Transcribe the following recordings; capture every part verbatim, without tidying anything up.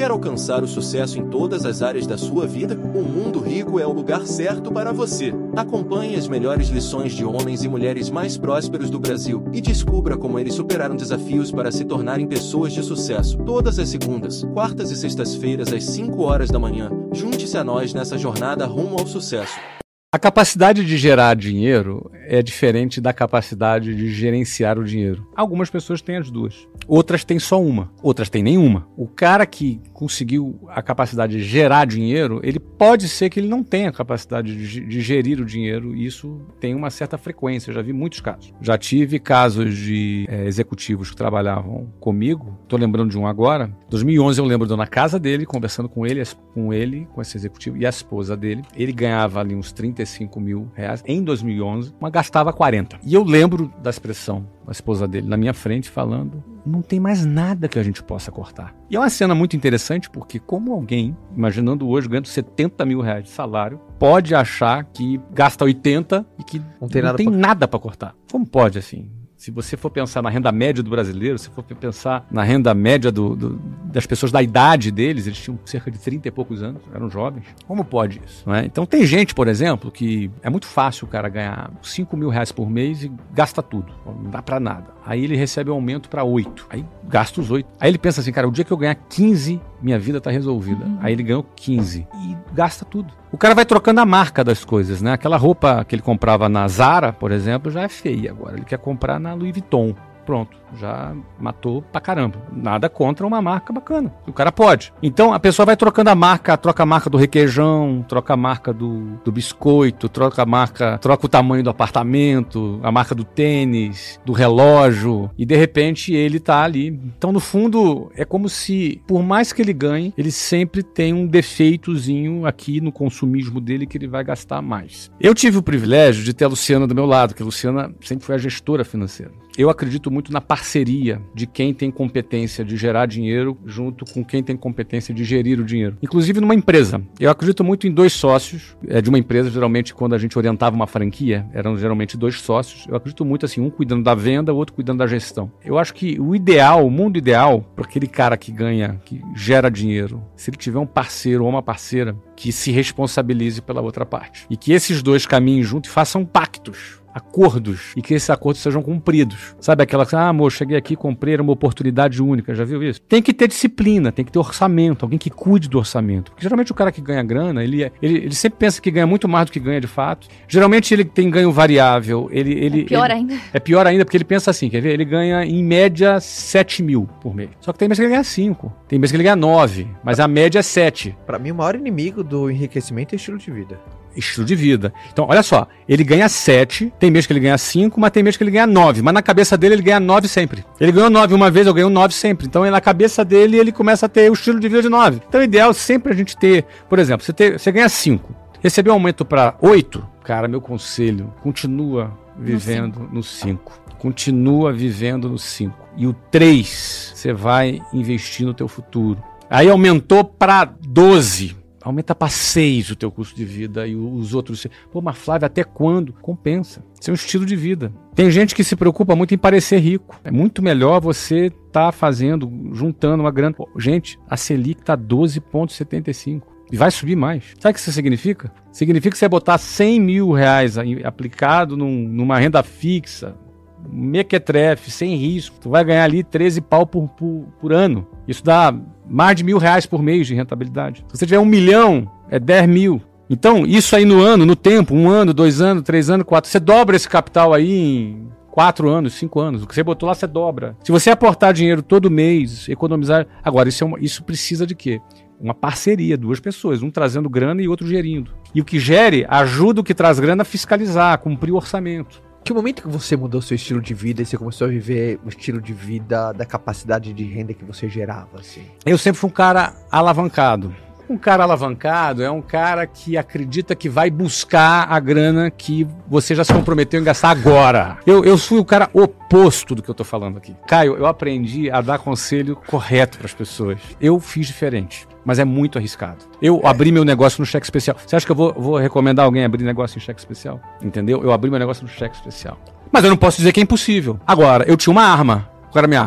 Quer alcançar o sucesso em todas as áreas da sua vida? O Mundo Rico é o lugar certo para você. Acompanhe as melhores lições de homens e mulheres mais prósperos do Brasil e descubra como eles superaram desafios para se tornarem pessoas de sucesso. Todas as segundas, quartas e sextas-feiras às cinco horas da manhã. Junte-se a nós nessa jornada rumo ao sucesso. A capacidade de gerar dinheiro é diferente da capacidade de gerenciar o dinheiro. Algumas pessoas têm as duas. Outras têm só uma. Outras têm nenhuma. O cara que conseguiu a capacidade de gerar dinheiro, ele pode ser que ele não tenha a capacidade de, de gerir o dinheiro. E isso tem uma certa frequência. Eu já vi muitos casos. Já tive casos de é, executivos que trabalhavam comigo. Estou lembrando de um agora. Em dois mil e onze eu lembro de eu na casa dele, conversando com ele, com ele, com esse executivo e a esposa dele. Ele ganhava ali uns trinta e cinco mil reais em dois mil e onze, mas gastava quarenta. E eu lembro da expressão da esposa dele na minha frente falando: não tem mais nada que a gente possa cortar. E é uma cena muito interessante porque como alguém, imaginando hoje, ganhando setenta mil reais de salário, pode achar que gasta oitenta e que não tem, não nada, tem pra... nada para cortar? Como pode assim? Se você for pensar na renda média do brasileiro, se for pensar na renda média do, do, das pessoas da idade deles, eles tinham cerca de trinta e poucos anos, eram jovens. Como pode isso? Não é? Então tem gente, por exemplo, que é muito fácil o cara ganhar cinco mil reais por mês e gasta tudo. Não dá pra nada. Aí ele recebe um aumento para oito. Aí gasta os oito. Aí ele pensa assim, cara, o dia que eu ganhar quinze, minha vida tá resolvida. Uhum. Aí ele ganhou quinze e gasta tudo. O cara vai trocando a marca das coisas, né? Aquela roupa que ele comprava na Zara, por exemplo, já é feia agora. Ele quer comprar na Louis Vuitton. Pronto, já matou pra caramba. Nada contra uma marca bacana. O cara pode. Então a pessoa vai trocando a marca, troca a marca do requeijão, troca a marca do, do biscoito, troca a marca, troca o tamanho do apartamento, a marca do tênis, do relógio, e de repente ele tá ali. Então no fundo é como se, por mais que ele ganhe, ele sempre tem um defeitozinho aqui no consumismo dele que ele vai gastar mais. Eu tive o privilégio de ter a Luciana do meu lado, que a Luciana sempre foi a gestora financeira. Eu acredito muito na parceria de quem tem competência de gerar dinheiro junto com quem tem competência de gerir o dinheiro. Inclusive numa empresa. Eu acredito muito em dois sócios é, de uma empresa. Geralmente, quando a gente orientava uma franquia, eram geralmente dois sócios. Eu acredito muito assim, um cuidando da venda, o outro cuidando da gestão. Eu acho que o ideal, o mundo ideal, para aquele cara que ganha, que gera dinheiro, se ele tiver um parceiro ou uma parceira que se responsabilize pela outra parte. E que esses dois caminhem juntos e façam pactos, acordos, e que esses acordos sejam cumpridos. Sabe aquela que, ah, amor, cheguei aqui, comprei, era uma oportunidade única, já viu isso? Tem que ter disciplina, tem que ter orçamento, alguém que cuide do orçamento. Porque geralmente o cara que ganha grana, ele, ele, ele sempre pensa que ganha muito mais do que ganha de fato. Geralmente ele tem ganho variável. Ele, ele, é pior ele, ainda. É pior ainda porque ele pensa assim, quer ver? Ele ganha em média sete mil por mês. Só que tem mês que ele ganha cinco, tem mês que ele ganha nove, mas a média é sete. Pra mim, o maior inimigo do enriquecimento é estilo de vida. Estilo de vida. Então, olha só, ele ganha sete, tem mês que ele ganha cinco, mas tem mês que ele ganha nove. Mas na cabeça dele, ele ganha nove sempre. Ele ganhou nove uma vez, eu ganho nove sempre. Então, na cabeça dele, ele começa a ter o estilo de vida de nove. Então, o ideal é sempre a gente ter, por exemplo, você, ter, você ganha cinco, recebeu um aumento para oito, cara, meu conselho, continua vivendo no cinco. Continua vivendo no cinco. E o três, você vai investir no teu futuro. Aí aumentou para doze. Aumenta para seis o teu custo de vida e os outros... Pô, mas Flávio, até quando? Compensa. Isso é um estilo de vida. Tem gente que se preocupa muito em parecer rico. É muito melhor você estar tá fazendo, juntando uma grana... Pô, gente, a Selic está doze vírgula setenta e cinco. E vai subir mais. Sabe o que isso significa? Significa que você vai botar cem mil reais aplicado num, numa renda fixa, mequetrefe, sem risco. Tu vai ganhar ali treze pau por, por, por ano. Isso dá mais de mil reais por mês de rentabilidade. Se você tiver um milhão, é dez mil. Então, isso aí no ano, no tempo, um ano, dois anos, três anos, quatro. Você dobra esse capital aí em quatro anos, cinco anos. O que você botou lá, você dobra. Se você aportar dinheiro todo mês, economizar... Agora, isso, é uma, isso precisa de quê? Uma parceria, duas pessoas, um trazendo grana e outro gerindo. E o que gere ajuda o que traz grana a fiscalizar, a cumprir o orçamento. Que momento que você mudou seu estilo de vida e você começou a viver o estilo de vida da capacidade de renda que você gerava, assim? Eu sempre fui um cara alavancado. Um cara alavancado é um cara que acredita que vai buscar a grana que você já se comprometeu em gastar agora. Eu, eu fui o cara oposto do que eu tô falando aqui. Caio, eu aprendi a dar conselho correto para as pessoas. Eu fiz diferente, mas é muito arriscado. Eu é. abri meu negócio no cheque especial. Você acha que eu vou, vou recomendar alguém abrir negócio em cheque especial? Entendeu? Eu abri meu negócio no cheque especial. Mas eu não posso dizer que é impossível. Agora, eu tinha uma arma. Qual era a minha arma?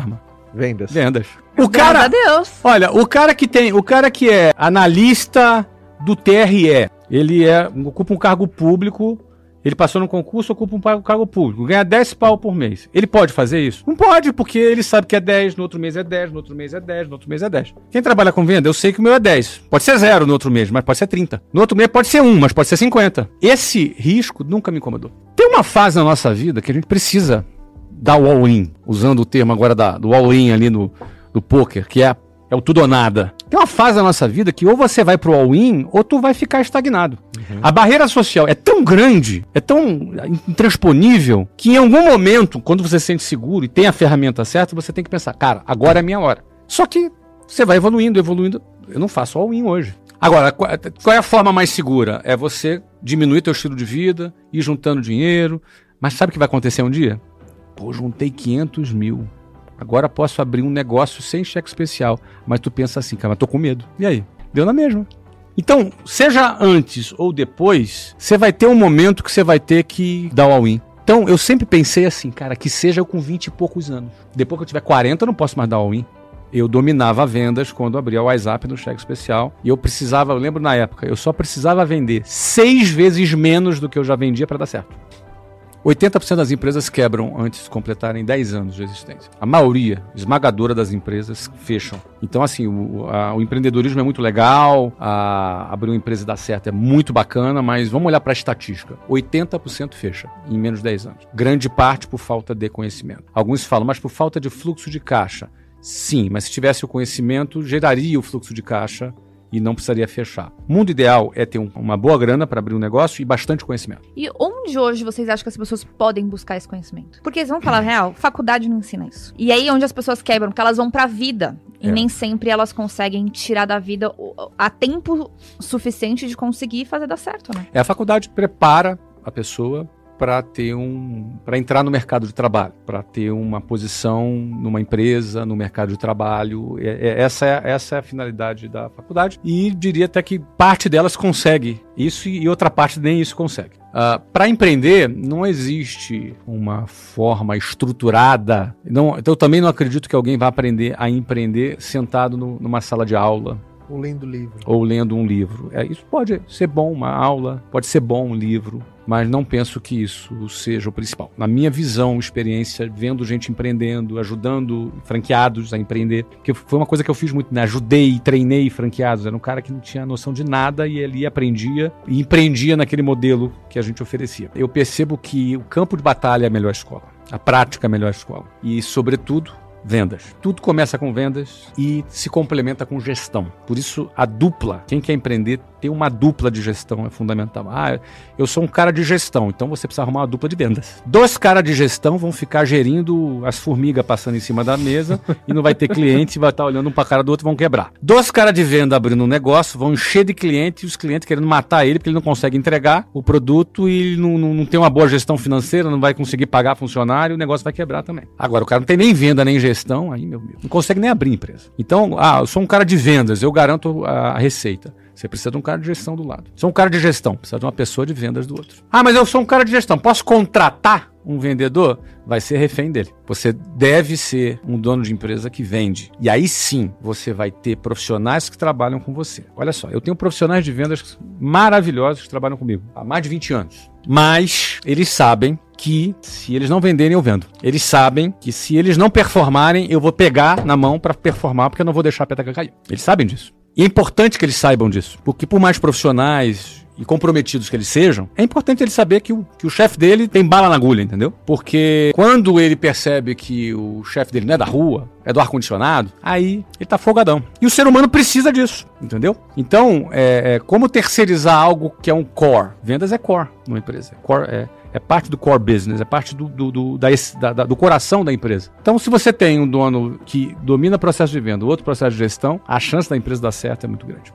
Vendas. Vendas. O Graças cara, a Deus. olha, o cara que tem, o cara que é analista do T R E, ele é, ocupa um cargo público, ele passou no concurso, ocupa um pa- cargo público, ganha dez pau por mês. Ele pode fazer isso? Não pode, porque ele sabe que é dez, no outro mês é dez, no outro mês é dez, no outro mês é dez. Quem trabalha com venda, eu sei que o meu é dez. Pode ser zero no outro mês, mas pode ser trinta. No outro mês pode ser um, mas pode ser cinquenta. Esse risco nunca me incomodou. Tem uma fase na nossa vida que a gente precisa dar o all-in, usando o termo agora da, do all-in ali no, no poker, que é, é o tudo ou nada. Tem uma fase na nossa vida que ou você vai pro all-in ou tu vai ficar estagnado. Uhum. A barreira social é tão grande, é tão intransponível, que em algum momento, quando você se sente seguro e tem a ferramenta certa, você tem que pensar, cara, agora é a minha hora. Só que você vai evoluindo, evoluindo. Eu não faço all-in hoje. Agora, qual é a forma mais segura? É você diminuir teu estilo de vida, ir juntando dinheiro. Mas sabe o que vai acontecer um dia? Pô, juntei quinhentos mil. Agora posso abrir um negócio sem cheque especial. Mas tu pensa assim, cara, mas tô com medo. E aí? Deu na mesma. Então, seja antes ou depois, você vai ter um momento que você vai ter que dar o all-in. Então, eu sempre pensei assim, cara, que seja eu com vinte e poucos anos. Depois que eu tiver quarenta, eu não posso mais dar all-in. Eu dominava vendas quando abria o WhatsApp no cheque especial. E eu precisava, eu lembro na época, eu só precisava vender seis vezes menos do que eu já vendia para dar certo. oitenta por cento das empresas quebram antes de completarem dez anos de existência. A maioria, esmagadora das empresas, fecham. Então, assim, o, a, o empreendedorismo é muito legal, a, abrir uma empresa e dar certo é muito bacana, mas vamos olhar para a estatística. oitenta por cento fecha em menos de dez anos. Grande parte por falta de conhecimento. Alguns falam, mas por falta de fluxo de caixa. Sim, mas se tivesse o conhecimento, geraria o fluxo de caixa e não precisaria fechar. O mundo ideal é ter um, uma boa grana para abrir um negócio e bastante conhecimento. E onde hoje vocês acham que as pessoas podem buscar esse conhecimento? Porque eles vão falar, real, faculdade não ensina isso. E aí onde as pessoas quebram, porque elas vão pra vida. E É. nem sempre elas conseguem tirar da vida o- a tempo suficiente de conseguir fazer dar certo, né? É, a faculdade prepara a pessoa para ter um, para entrar no mercado de trabalho, para ter uma posição numa empresa, no mercado de trabalho. É, é, essa, é, essa é a finalidade da faculdade. E diria até que parte delas consegue isso e outra parte nem isso consegue. Uh, para empreender, não existe uma forma estruturada. Não, então, eu também não acredito que alguém vá aprender a empreender sentado no, numa sala de aula. Ou lendo livro. Ou lendo um livro. É, isso pode ser bom, uma aula, pode ser bom um livro, mas não penso que isso seja o principal. Na minha visão, experiência, vendo gente empreendendo, ajudando franqueados a empreender, que foi uma coisa que eu fiz muito, né? Ajudei, treinei franqueados. Era um cara que não tinha noção de nada e ele aprendia e empreendia naquele modelo que a gente oferecia. Eu percebo que o campo de batalha é a melhor escola, a prática é a melhor escola. E, sobretudo, vendas. Tudo começa com vendas e se complementa com gestão. Por isso, a dupla, quem quer empreender, ter uma dupla de gestão é fundamental. Ah, eu sou um cara de gestão, então você precisa arrumar uma dupla de vendas. Dois caras de gestão vão ficar gerindo as formigas passando em cima da mesa e não vai ter cliente, vai estar olhando um para a cara do outro e vão quebrar. Dois caras de venda abrindo um negócio, vão encher de cliente e os clientes querendo matar ele porque ele não consegue entregar o produto e ele não, não, não tem uma boa gestão financeira, não vai conseguir pagar funcionário, o negócio vai quebrar também. Agora, o cara não tem nem venda, nem gestão, aí, meu amigo, não consegue nem abrir empresa. Então, ah, eu sou um cara de vendas, eu garanto a, a receita. Você precisa de um cara de gestão do lado. Sou um cara de gestão, precisa de uma pessoa de vendas do outro. Ah, mas eu sou um cara de gestão, posso contratar um vendedor? Vai ser refém dele. Você deve ser um dono de empresa que vende. E aí sim, você vai ter profissionais que trabalham com você. Olha só, eu tenho profissionais de vendas maravilhosos que trabalham comigo há mais de vinte anos. Mas eles sabem que se eles não venderem, eu vendo. Eles sabem que se eles não performarem, eu vou pegar na mão para performar, porque eu não vou deixar a peteca cair. Eles sabem disso. E é importante que eles saibam disso, porque por mais profissionais e comprometidos que eles sejam, é importante ele saber que o, que o chefe dele tem bala na agulha, entendeu? Porque quando ele percebe que o chefe dele não é da rua, é do ar-condicionado, aí ele tá folgadão. E o ser humano precisa disso, entendeu? Então, é, é, como terceirizar algo que é um core? Vendas é core numa empresa. Core é... É parte do core business, é parte do, do, do, da, da, do coração da empresa. Então, se você tem um dono que domina o processo de venda, outro processo de gestão, a chance da empresa dar certo é muito grande.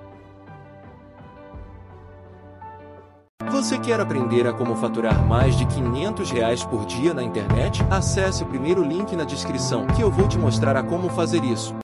Você quer aprender a como faturar mais de quinhentos reais por dia na internet? Acesse o primeiro link na descrição que eu vou te mostrar a como fazer isso.